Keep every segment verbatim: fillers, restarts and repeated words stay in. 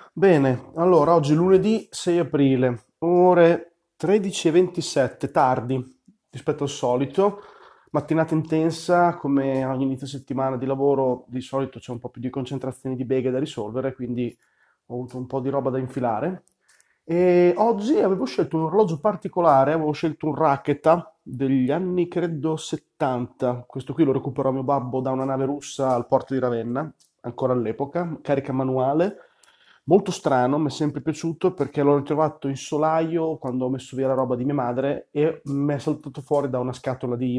Bene, allora oggi è lunedì sei aprile, ore tredici e ventisette, tardi rispetto al solito, mattinata intensa, come ogni inizio settimana di lavoro, di solito c'è un po' più di concentrazioni di beghe da risolvere, quindi ho avuto un po' di roba da infilare. E oggi avevo scelto un orologio particolare, avevo scelto un Raketa degli anni credo settanta, questo qui lo recuperò mio babbo da una nave russa al porto di Ravenna, ancora all'epoca, carica manuale. Molto strano, mi è sempre piaciuto perché l'ho ritrovato in solaio quando ho messo via la roba di mia madre e mi è saltato fuori da una scatola di,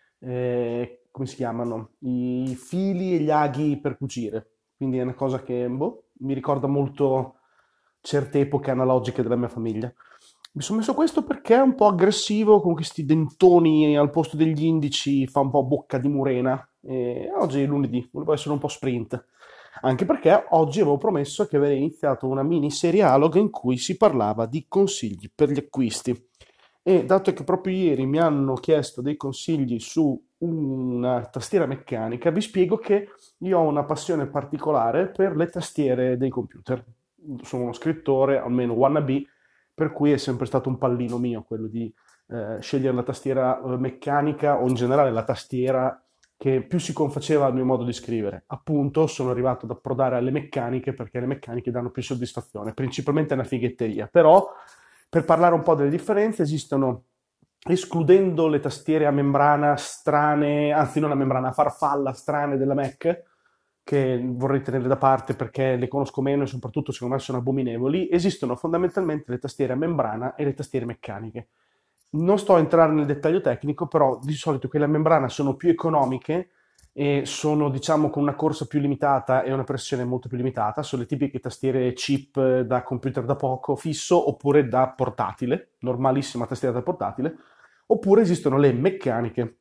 eh, come si chiamano, i fili e gli aghi per cucire. Quindi è una cosa che, boh, mi ricorda molto certe epoche analogiche della mia famiglia. Mi sono messo questo perché è un po' aggressivo, con questi dentoni al posto degli indici, fa un po' bocca di murena. E oggi è lunedì, volevo essere un po' sprint. Anche perché oggi avevo promesso che avrei iniziato una mini serie Alog in cui si parlava di consigli per gli acquisti. E dato che proprio ieri mi hanno chiesto dei consigli su una tastiera meccanica, vi spiego che io ho una passione particolare per le tastiere dei computer. Sono uno scrittore, almeno wannabe, per cui è sempre stato un pallino mio quello di eh, scegliere la tastiera eh, meccanica o in generale la tastiera che più si confaceva al mio modo di scrivere. Appunto, sono arrivato ad approdare alle meccaniche perché le meccaniche danno più soddisfazione, principalmente è una fighetteria. Però, per parlare un po' delle differenze, esistono, escludendo le tastiere a membrana strane, anzi non a membrana, a farfalla strane della Mac, che vorrei tenere da parte perché le conosco meno e soprattutto secondo me sono abominevoli, esistono fondamentalmente le tastiere a membrana e le tastiere meccaniche. Non sto a entrare nel dettaglio tecnico, però di solito quelle a membrana sono più economiche e sono, diciamo, con una corsa più limitata e una pressione molto più limitata. Sono le tipiche tastiere chip eh, da computer da poco fisso oppure da portatile, normalissima tastiera da portatile, oppure esistono le meccaniche.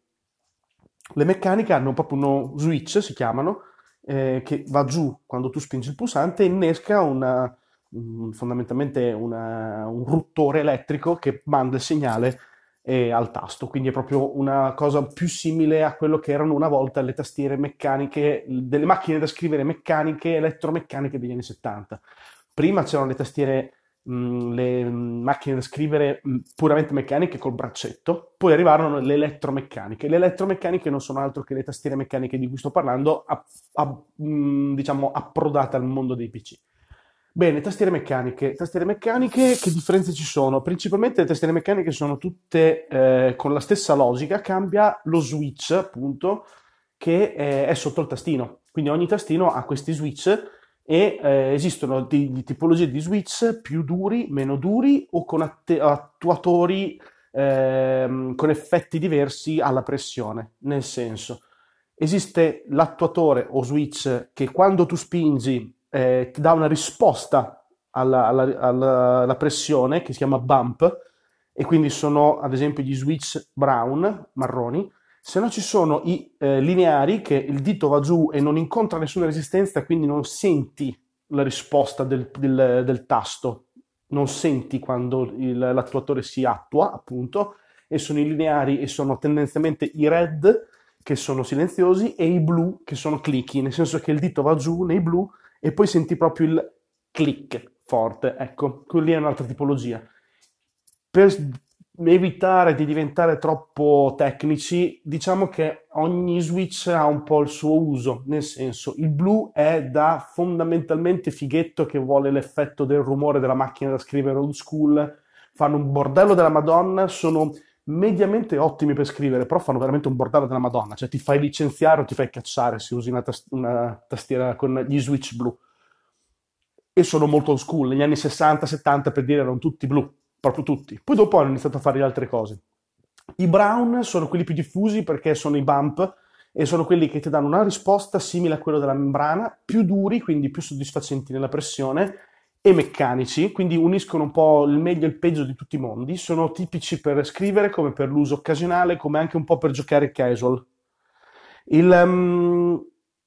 Le meccaniche hanno proprio uno switch, si chiamano, eh, che va giù quando tu spingi il pulsante e innesca una, un- fondamentalmente una- un ruttore elettrico che manda il segnale eh, al tasto. Quindi è proprio una cosa più simile a quello che erano una volta le tastiere meccaniche, delle macchine da scrivere meccaniche, elettromeccaniche degli anni settanta. Prima c'erano le tastiere mh, le mh, macchine da scrivere mh, puramente meccaniche col braccetto, poi arrivarono le elettromeccaniche. Le elettromeccaniche non sono altro che le tastiere meccaniche di cui sto parlando, a- a- mh, diciamo approdate al mondo dei P C. Bene, tastiere meccaniche. Tastiere meccaniche, che differenze ci sono? Principalmente le tastiere meccaniche sono tutte eh, con la stessa logica, cambia lo switch, appunto, che eh, è sotto il tastino. Quindi ogni tastino ha questi switch e eh, esistono di, di tipologie di switch più duri, meno duri o con atte- attuatori ehm, con effetti diversi alla pressione. Nel senso, esiste l'attuatore o switch che quando tu spingi eh, ti dà una risposta alla, alla- alla- alla pressione che si chiama bump e quindi sono ad esempio gli switch brown, marroni. Se no ci sono i eh, lineari che il dito va giù e non incontra nessuna resistenza, quindi non senti la risposta del, del- del tasto, non senti quando il- l'attuatore si attua, appunto, e sono i lineari e sono tendenzialmente i red che sono silenziosi e i blu che sono clicky, nel senso che il dito va giù nei blu e poi senti proprio il click forte, ecco, quelli è un'altra tipologia. Per evitare di diventare troppo tecnici, diciamo che ogni switch ha un po' il suo uso, nel senso, il blu è da fondamentalmente fighetto che vuole l'effetto del rumore della macchina da scrivere old school, fanno un bordello della Madonna, sono mediamente ottimi per scrivere, però fanno veramente un bordello della Madonna, cioè ti fai licenziare o ti fai cacciare se usi una, tas- una tastiera con gli switch blu e sono molto old school. Negli anni sessanta settanta per dire erano tutti blu, proprio tutti. Poi dopo hanno iniziato a fare le altre cose. I brown sono quelli più diffusi perché sono i bump e sono quelli che ti danno una risposta simile a quella della membrana, più duri, quindi più soddisfacenti nella pressione e meccanici, quindi uniscono un po' il meglio e il peggio di tutti i mondi. Sono tipici per scrivere come per l'uso occasionale, come anche un po' per giocare casual. Il, um,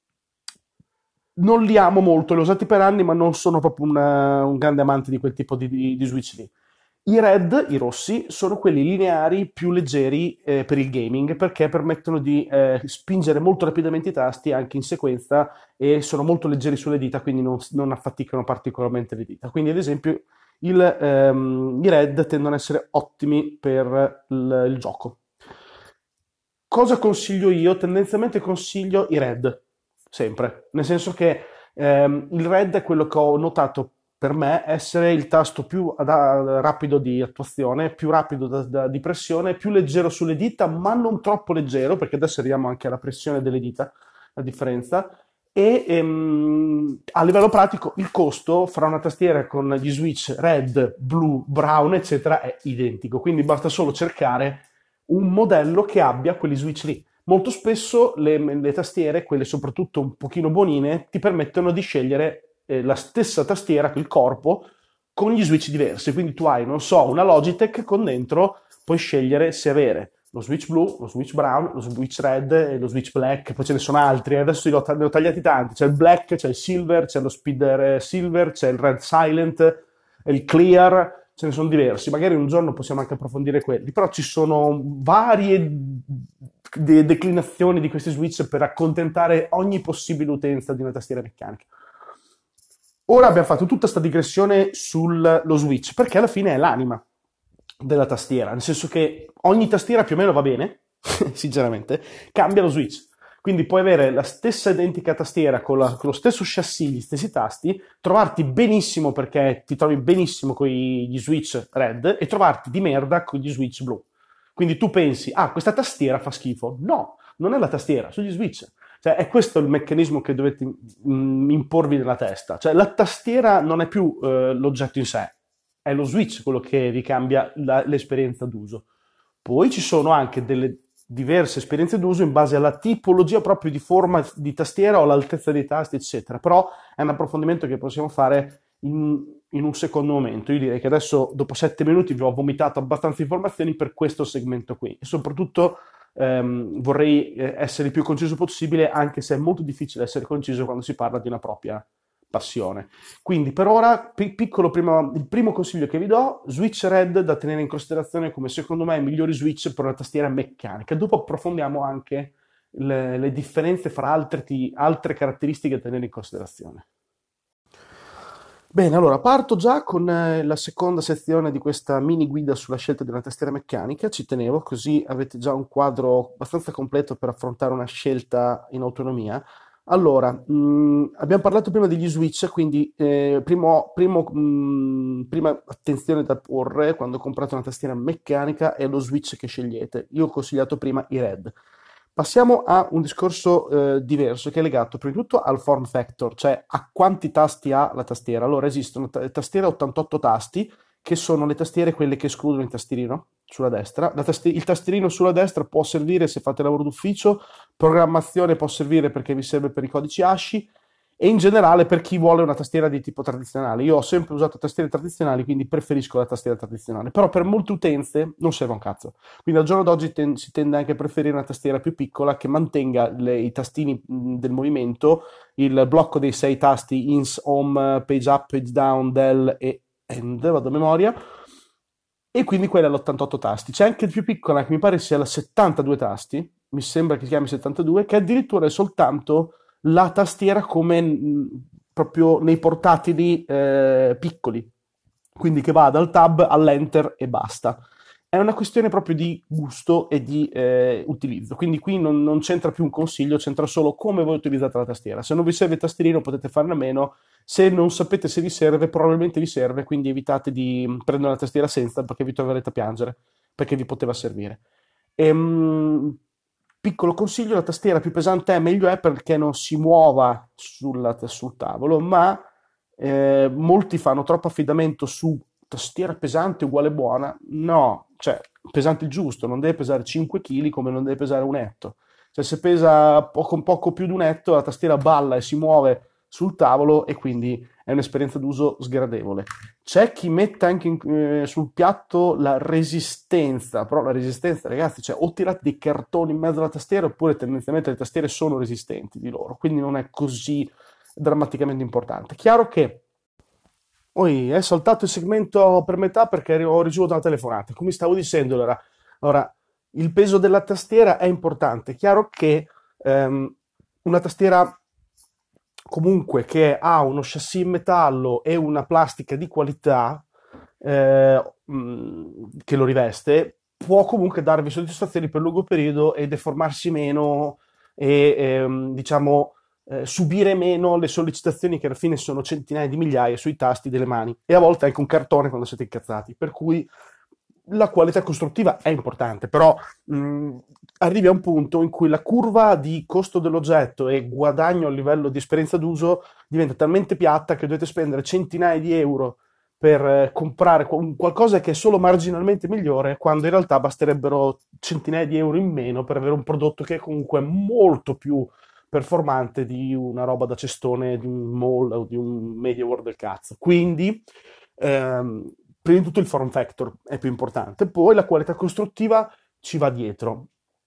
non li amo molto, li ho usati per anni, ma non sono proprio una- un grande amante di quel tipo di, di- di switch lì. I red, i rossi, sono quelli lineari più leggeri eh, per il gaming perché permettono di eh, spingere molto rapidamente i tasti anche in sequenza e sono molto leggeri sulle dita, quindi non, non affaticano particolarmente le dita. Quindi, ad esempio, il, ehm, i red tendono ad essere ottimi per il, il gioco. Cosa consiglio io? Tendenzialmente consiglio i red, sempre, nel senso che ehm, il red è quello che ho notato per me essere il tasto più ad- rapido di attuazione, più rapido da- da- di pressione, più leggero sulle dita, ma non troppo leggero, perché adesso arriviamo anche alla pressione delle dita, la differenza. E ehm, a livello pratico il costo fra una tastiera con gli switch red, blu, brown, eccetera, è identico. Quindi basta solo cercare un modello che abbia quegli switch lì. Molto spesso le, le tastiere, quelle soprattutto un pochino buonine, ti permettono di scegliere eh, la stessa tastiera, il corpo, con gli switch diversi. Quindi tu hai, non so, una Logitech con dentro, puoi scegliere se avere lo switch blu, lo switch brown, lo switch red e lo switch black, poi ce ne sono altri, adesso ne ho, ne ho tagliati tanti, c'è il black, c'è il silver, c'è lo speeder silver, c'è il red silent, il clear, ce ne sono diversi, magari un giorno possiamo anche approfondire quelli, però ci sono varie de- declinazioni di questi switch per accontentare ogni possibile utenza di una tastiera meccanica. Ora abbiamo fatto tutta questa digressione sullo switch, perché alla fine è l'anima della tastiera, nel senso che ogni tastiera più o meno va bene, sinceramente, cambia lo switch. Quindi puoi avere la stessa identica tastiera con, la, con lo stesso chassis, gli stessi tasti, trovarti benissimo perché ti trovi benissimo con gli switch red e trovarti di merda con gli switch blu. Quindi tu pensi, ah, questa tastiera fa schifo. No, non è la tastiera, sono gli switch. Cioè, è questo il meccanismo che dovete mm, imporvi nella testa. Cioè, la tastiera non è più eh, l'oggetto in sé, è lo switch quello che vi cambia la- l'esperienza d'uso. Poi ci sono anche delle diverse esperienze d'uso in base alla tipologia proprio di forma di tastiera o all'altezza dei tasti, eccetera. Però è un approfondimento che possiamo fare in, in un secondo momento. Io direi che adesso, dopo sette minuti, vi ho vomitato abbastanza informazioni per questo segmento qui. E soprattutto ehm, vorrei eh, essere il più conciso possibile, anche se è molto difficile essere conciso quando si parla di una propria passione. Quindi per ora, pi- piccolo primo, il primo consiglio che vi do, switch red da tenere in considerazione come secondo me i migliori switch per una tastiera meccanica. Dopo approfondiamo anche le, le differenze fra altre, ti- altre caratteristiche da tenere in considerazione. Bene, allora parto già con eh, la seconda sezione di questa mini guida sulla scelta di una tastiera meccanica. Ci tenevo, così avete già un quadro abbastanza completo per affrontare una scelta in autonomia. Allora, mh, abbiamo parlato prima degli switch, quindi eh, primo, primo, mh, prima attenzione da porre quando comprate una tastiera meccanica è lo switch che scegliete. Io ho consigliato prima i red. Passiamo a un discorso eh, diverso che è legato prima di tutto al form factor, cioè a quanti tasti ha la tastiera. Allora esistono ta- tastiere a ottantotto tasti, che sono le tastiere quelle che escludono il tastierino sulla destra. La tasti- il tastierino sulla destra può servire se fate lavoro d'ufficio, programmazione può servire perché vi serve per i codici ASCII e in generale per chi vuole una tastiera di tipo tradizionale. Io ho sempre usato tastiere tradizionali, quindi preferisco la tastiera tradizionale, però per molte utenze non serve un cazzo. Quindi al giorno d'oggi ten- si tende anche a preferire una tastiera più piccola che mantenga le- i tastini mh, del movimento, il blocco dei sei tasti ins, home, page up, page down, del e end, vado a memoria, e quindi quella all'ottantotto tasti. C'è anche il più piccola che mi pare sia la settantadue tasti, mi sembra che si chiami settantadue, che addirittura è soltanto la tastiera come mh, proprio nei portatili eh, piccoli, quindi che va dal tab all'enter e basta. È una questione proprio di gusto e di eh, utilizzo, quindi qui non, non c'entra più un consiglio, c'entra solo come voi utilizzate la tastiera. Se non vi serve il tastierino potete farne a meno, se non sapete se vi serve probabilmente vi serve, quindi evitate di prendere una tastiera senza perché vi troverete a piangere, perché vi poteva servire. Ehm, piccolo consiglio, la tastiera più pesante è meglio è perché non si muova sulla- sul tavolo, ma eh, molti fanno troppo affidamento su tastiera pesante uguale buona. No, cioè pesante il giusto, non deve pesare cinque chili come non deve pesare un etto. Cioè se pesa poco, poco più di un etto, la tastiera balla e si muove sul tavolo e quindi è un'esperienza d'uso sgradevole. C'è chi mette anche in- eh, sul piatto la resistenza, però la resistenza, ragazzi, cioè o tirate dei cartoni in mezzo alla tastiera oppure tendenzialmente le tastiere sono resistenti di loro, quindi non è così drammaticamente importante. Chiaro che Poi è saltato il segmento per metà perché ho ricevuto una telefonata. Come stavo dicendo, allora, ora, il peso della tastiera è importante. È chiaro che ehm, una tastiera comunque che ha uno chassis in metallo e una plastica di qualità eh, mh, che lo riveste, può comunque darvi soddisfazioni per lungo periodo e deformarsi meno e ehm, diciamo eh, subire meno le sollecitazioni che alla fine sono centinaia di migliaia sui tasti delle mani e a volte anche un cartone quando siete incazzati. Per cui la qualità costruttiva è importante, però mh, arrivi a un punto in cui la curva di costo dell'oggetto e guadagno a livello di esperienza d'uso diventa talmente piatta che dovete spendere centinaia di euro per eh, comprare qu- qualcosa che è solo marginalmente migliore, quando in realtà basterebbero centinaia di euro in meno per avere un prodotto che è comunque molto più performante di una roba da cestone di un mall o di un MediaWorld del cazzo. Quindi, ehm, prima di tutto il form factor è più importante, poi la qualità costruttiva ci va dietro.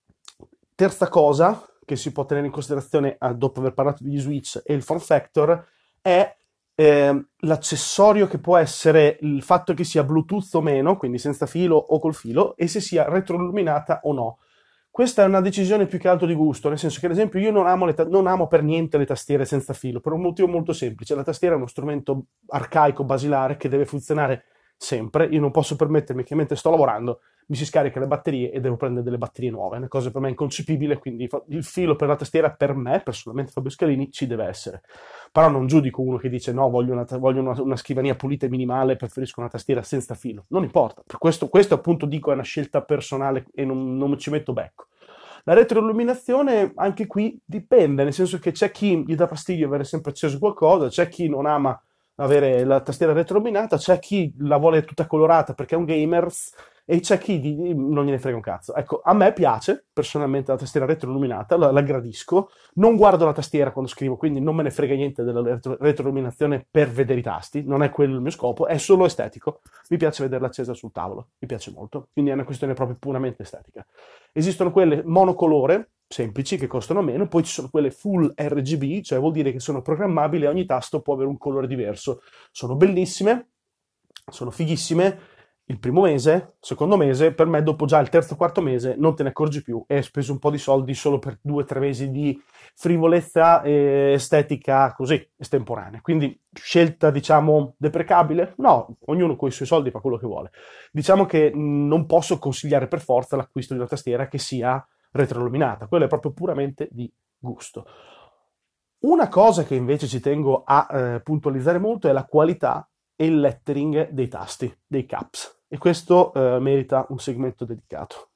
Terza cosa che si può tenere in considerazione ah, dopo aver parlato di Switch e il form factor è eh, l'accessorio che può essere il fatto che sia Bluetooth o meno, quindi senza filo o col filo, e se sia retroilluminata o no. Questa è una decisione più che altro di gusto, nel senso che ad esempio io non amo, le ta- non amo per niente le tastiere senza filo, per un motivo molto semplice. La tastiera è uno strumento arcaico, basilare, che deve funzionare sempre. Io non posso permettermi che mentre sto lavorando mi si scarica le batterie e devo prendere delle batterie nuove, è una cosa per me inconcepibile, quindi il filo per la tastiera per me, personalmente Fabio Scalini, ci deve essere. Però non giudico uno che dice no, voglio una, voglio una, una scrivania pulita e minimale, preferisco una tastiera senza filo. Non importa, per questo, questo appunto dico è una scelta personale e non, non ci metto becco. La retroilluminazione anche qui dipende, nel senso che c'è chi gli dà fastidio avere sempre acceso qualcosa, c'è chi non ama avere la tastiera retroilluminata, c'è chi la vuole tutta colorata perché è un gamers e c'è chi di- di- non gliene frega un cazzo. Ecco, a me piace personalmente la tastiera retroilluminata, la, la gradisco, non guardo la tastiera quando scrivo, quindi non me ne frega niente della retro- retroilluminazione per vedere i tasti, non è quello il mio scopo, è solo estetico. Mi piace vederla accesa sul tavolo, mi piace molto, quindi è una questione proprio puramente estetica. Esistono quelle monocolore, semplici, che costano meno, poi ci sono quelle full R G B, cioè vuol dire che sono programmabili e ogni tasto può avere un colore diverso. Sono bellissime, sono fighissime. Il primo mese, secondo mese, per me dopo già il terzo o quarto mese non te ne accorgi più e hai speso un po' di soldi solo per due o tre mesi di frivolezza e estetica così, estemporanea. Quindi scelta, diciamo, deprecabile? No, ognuno con i suoi soldi fa quello che vuole. Diciamo che mh, non posso consigliare per forza l'acquisto di una tastiera che sia retroilluminata, quello è proprio puramente di gusto. Una cosa che invece ci tengo a eh, puntualizzare molto è la qualità e il lettering dei tasti, dei caps, e questo eh, merita un segmento dedicato.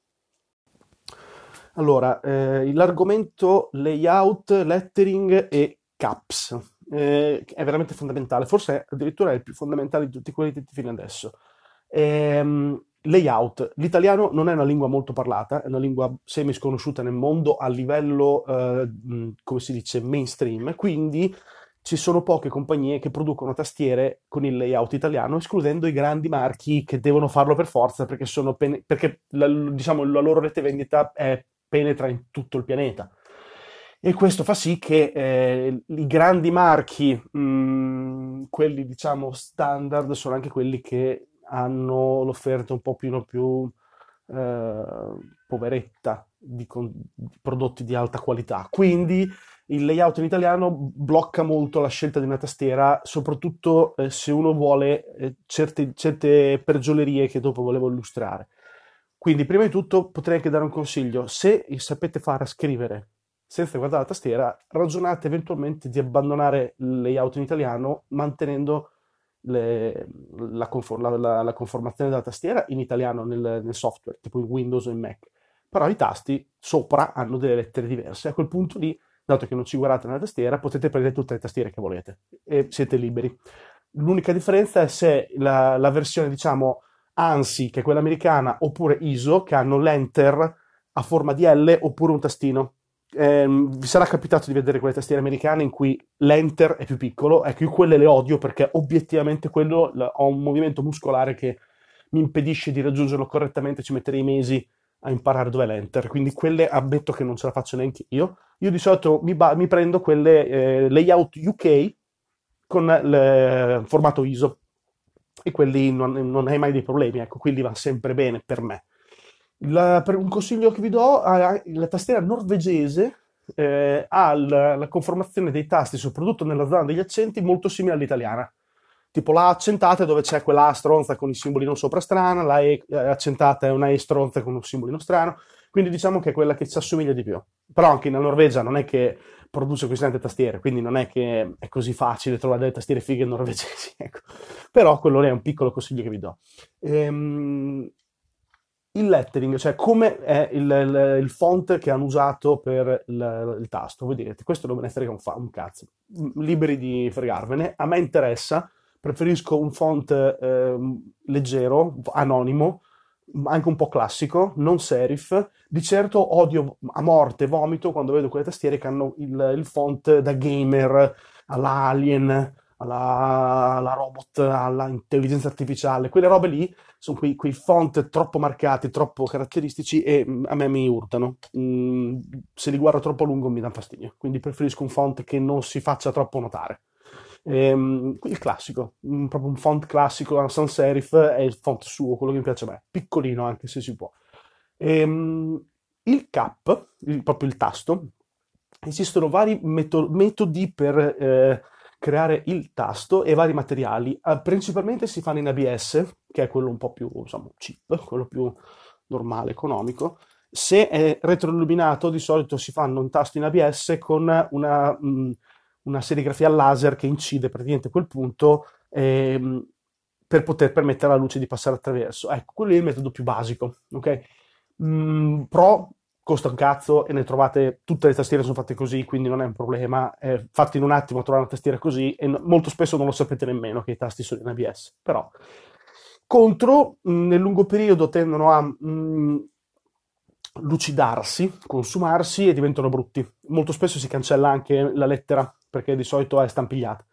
Allora, eh, l'argomento layout, lettering e caps eh, è veramente fondamentale, forse addirittura è il più fondamentale di tutti quelli detti fino adesso. Ehm, layout. L'italiano non è una lingua molto parlata, è una lingua semi sconosciuta nel mondo a livello, eh, mh, come si dice, mainstream, quindi ci sono poche compagnie che producono tastiere con il layout italiano, escludendo i grandi marchi che devono farlo per forza perché, sono pene- perché la, diciamo, la loro rete vendita è- penetra in tutto il pianeta. E questo fa sì che eh, i grandi marchi, mh, quelli diciamo standard, sono anche quelli che hanno l'offerta un po' più, più eh, poveretta di, con- di prodotti di alta qualità. Quindi il layout in italiano blocca molto la scelta di una tastiera, soprattutto eh, se uno vuole eh, certe, certe pergiolerie che dopo volevo illustrare. Quindi, prima di tutto, potrei anche dare un consiglio. Se sapete fare a scrivere senza guardare la tastiera, ragionate eventualmente di abbandonare il layout in italiano, mantenendo le- la, confor- la- la- la conformazione della tastiera in italiano nel, nel software, tipo in Windows o in Mac. Però i tasti sopra hanno delle lettere diverse. A quel punto lì, dato che non ci guardate nella tastiera, potete prendere tutte le tastiere che volete e siete liberi. L'unica differenza è se la, la versione, diciamo, ANSI, che è quella americana, oppure I S O, che hanno l'Enter a forma di L oppure un tastino. Ehm, vi sarà capitato di vedere quelle tastiere americane in cui l'Enter è più piccolo, ecco, io quelle le odio perché obiettivamente quello la- ho un movimento muscolare che mi impedisce di raggiungerlo correttamente, ci metterei mesi a imparare dove è l'Enter, quindi quelle ammetto che non ce la faccio neanche io. Io di solito mi, ba- mi prendo quelle eh, layout U K con il formato I S O. e quelli non, non hai mai dei problemi, ecco, quelli va sempre bene per me. La- per un consiglio che vi do, ah, la tastiera norvegese eh, ha la, la conformazione dei tasti, soprattutto nella zona degli accenti, molto simile all'italiana. Tipo la A accentata è dove c'è quella A stronza con il simbolino sopra strana, la E eh, accentata è una E stronza con un simbolino strano, quindi diciamo che è quella che ci assomiglia di più. Però anche in Norvegia non è che produce così tante tastiere, quindi non è che è così facile trovare delle tastiere fighe norvegesi, ecco. Però quello è un piccolo consiglio che vi do. Ehm, il lettering, cioè come è il, il- il font che hanno usato per il, il tasto. Voi direte, questo non me ne frega un, fa- un cazzo. Liberi di fregarvene. A me interessa, preferisco un font ehm, leggero, anonimo, anche un po' classico, non serif. Di certo odio a morte, vomito quando vedo quelle tastiere che hanno il, il font da gamer alla Alien, alla, alla robot, alla intelligenza artificiale. Quelle robe lì sono quei, quei font troppo marcati, troppo caratteristici e mm, a me mi urtano. Mm, se li guardo troppo a lungo mi dà fastidio, quindi preferisco un font che non si faccia troppo notare. Ehm, il classico, mm, proprio un font classico, un sans serif è il font suo, quello che mi piace a me, piccolino anche se si può. Ehm, il cap, il- proprio il tasto, esistono vari meto- metodi per eh, creare il tasto e vari materiali. Eh, principalmente si fanno in A B S, che è quello un po' più, insomma, cheap, quello più normale, economico. Se è retroilluminato, di solito si fanno un tasto in A B S con una, mh, una serigrafia al laser che incide praticamente quel punto ehm, per poter permettere alla luce di passare attraverso. Ecco, quello è il metodo più basico, ok? Mm, Pro costa un cazzo e ne trovate, tutte le tastiere sono fatte così, quindi non è un problema. Eh, fatti in un attimo trovare una tastiera così e no- molto spesso non lo sapete nemmeno che i tasti sono in A B S. Però contro, mh, nel lungo periodo tendono a mh, lucidarsi, consumarsi e diventano brutti. Molto spesso si cancella anche la lettera perché di solito è stampigliata.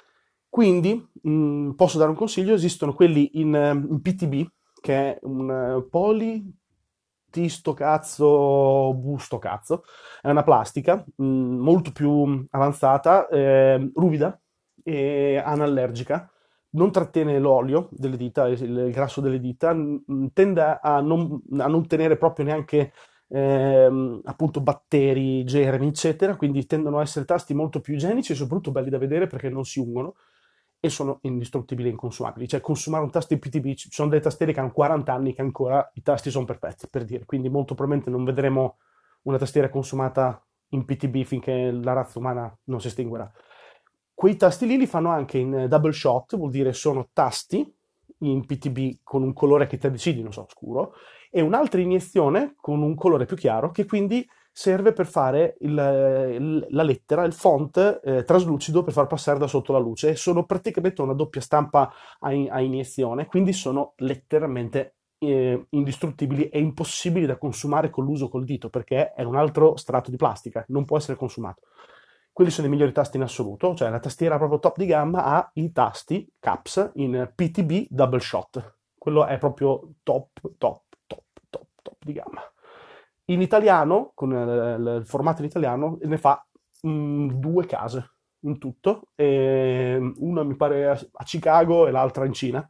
Quindi mh, posso dare un consiglio, esistono quelli in, eh, in P T B, che è un eh, poli T sto cazzo, busto cazzo, è una plastica mh, molto più avanzata, eh, ruvida e anallergica, non trattiene l'olio delle dita, il, il grasso delle dita, mh, tende a non, a non tenere proprio neanche ehm, appunto batteri, germi, eccetera, quindi tendono a essere tasti molto più igienici e soprattutto belli da vedere perché non si ungono e sono indistruttibili e inconsumabili. Cioè, consumare un tasto in P T B, ci sono delle tastiere che hanno quaranta anni che ancora i tasti sono perfetti, per dire. Quindi molto probabilmente non vedremo una tastiera consumata in P T B finché la razza umana non si estinguerà. Quei tasti lì li fanno anche in double shot, vuol dire sono tasti in P T B con un colore che te decidi, non so, scuro, e un'altra iniezione con un colore più chiaro che quindi serve per fare il- il- la lettera, il font eh, traslucido per far passare da sotto la luce. E sono praticamente una doppia stampa a, in- a iniezione, quindi sono letteralmente eh, indistruttibili e impossibili da consumare con l'uso col dito perché è un altro strato di plastica, non può essere consumato. Quelli sono i migliori tasti in assoluto, cioè la tastiera proprio top di gamma ha i tasti caps in P T B double shot. Quello è proprio top, top, top, top, top di gamma. In italiano, con eh, il formato in italiano, ne fa mm, due case in tutto, e una mi pare a a Chicago e l'altra in Cina,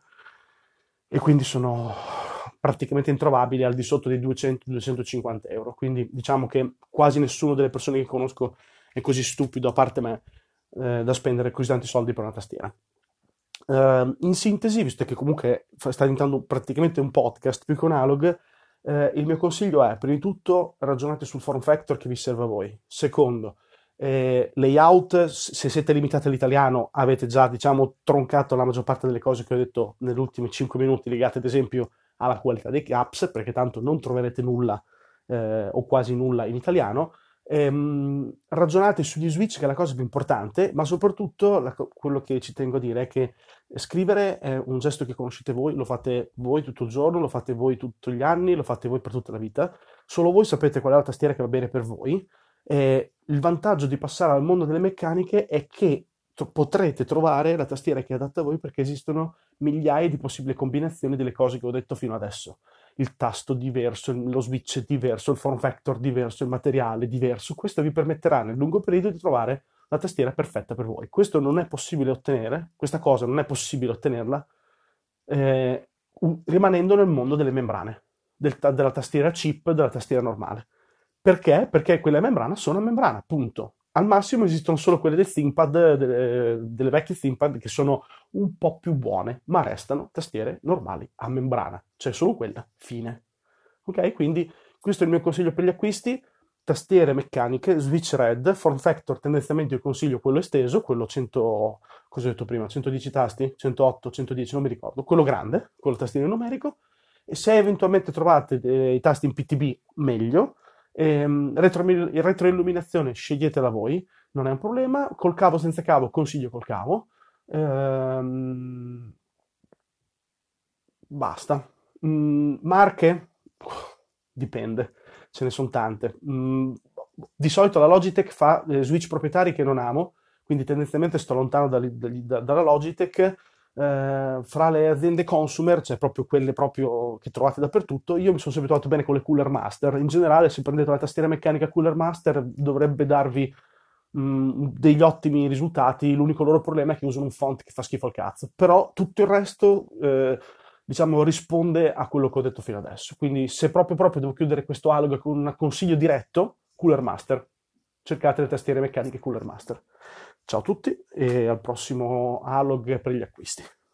e quindi sono praticamente introvabili al di sotto dei duecento duecentocinquanta euro. Quindi diciamo che quasi nessuno delle persone che conosco è così stupido, a parte me, eh, da spendere così tanti soldi per una tastiera. Eh, in sintesi, visto che comunque fa- sta diventando praticamente un podcast più che un analog, eh, il mio consiglio è, prima di tutto, ragionate sul form factor che vi serve a voi. Secondo, eh, layout, s- se siete limitati all'italiano, avete già, diciamo, troncato la maggior parte delle cose che ho detto negli ultimi cinque minuti, legate ad esempio alla qualità dei caps, perché tanto non troverete nulla eh, o quasi nulla in italiano. Ehm, ragionate sugli switch, che è la cosa più importante, ma soprattutto la co- quello che ci tengo a dire è che scrivere è un gesto che conoscete voi, lo fate voi tutto il giorno, lo fate voi tutti gli anni, lo fate voi per tutta la vita. Solo voi sapete qual è la tastiera che va bene per voi. E il vantaggio di passare al mondo delle meccaniche è che tro- potrete trovare la tastiera che è adatta a voi perché esistono migliaia di possibili combinazioni delle cose che ho detto fino adesso. Il tasto diverso, lo switch diverso, il form factor diverso, il materiale diverso. Questo vi permetterà nel lungo periodo di trovare la tastiera perfetta per voi. Questo non è possibile ottenere, questa cosa non è possibile ottenerla eh, u- rimanendo nel mondo delle membrane, del ta- della tastiera chip, della tastiera normale. Perché? Perché quelle a membrana sono a membrana, punto. Al massimo esistono solo quelle del ThinkPad, delle, delle vecchie ThinkPad che sono un po' più buone, ma restano tastiere normali a membrana, cioè solo quella, fine. Ok? Quindi questo è il mio consiglio per gli acquisti. Tastiere meccaniche, Switch Red, form factor tendenzialmente io consiglio quello esteso, quello cento, cosa ho detto prima, centodieci tasti, centootto, centodieci, non mi ricordo, quello grande, quello tastiere numerico, e se eventualmente trovate dei tasti in P T B, meglio. Ehm, retro, retroilluminazione sceglietela voi, non è un problema, col cavo senza cavo consiglio col cavo. Ehm, Basta. Mm, marche? Dipende, ce ne sono tante. Mm, di solito la Logitech fa eh, switch proprietari che non amo, quindi tendenzialmente sto lontano dal- dal- da- dalla Logitech. Eh, fra le aziende consumer, cioè proprio quelle proprio che trovate dappertutto, io mi sono sempre trovato bene con le Cooler Master. In generale, se prendete la tastiera meccanica Cooler Master, dovrebbe darvi mm, degli ottimi risultati. L'unico loro problema è che usano un font che fa schifo al cazzo. Però tutto il resto, eh, diciamo, risponde a quello che ho detto fino adesso. Quindi, se proprio proprio devo chiudere questo alog con un consiglio diretto, Cooler Master. Cercate le tastiere meccaniche Cooler Master. Ciao a tutti e al prossimo alog per gli acquisti.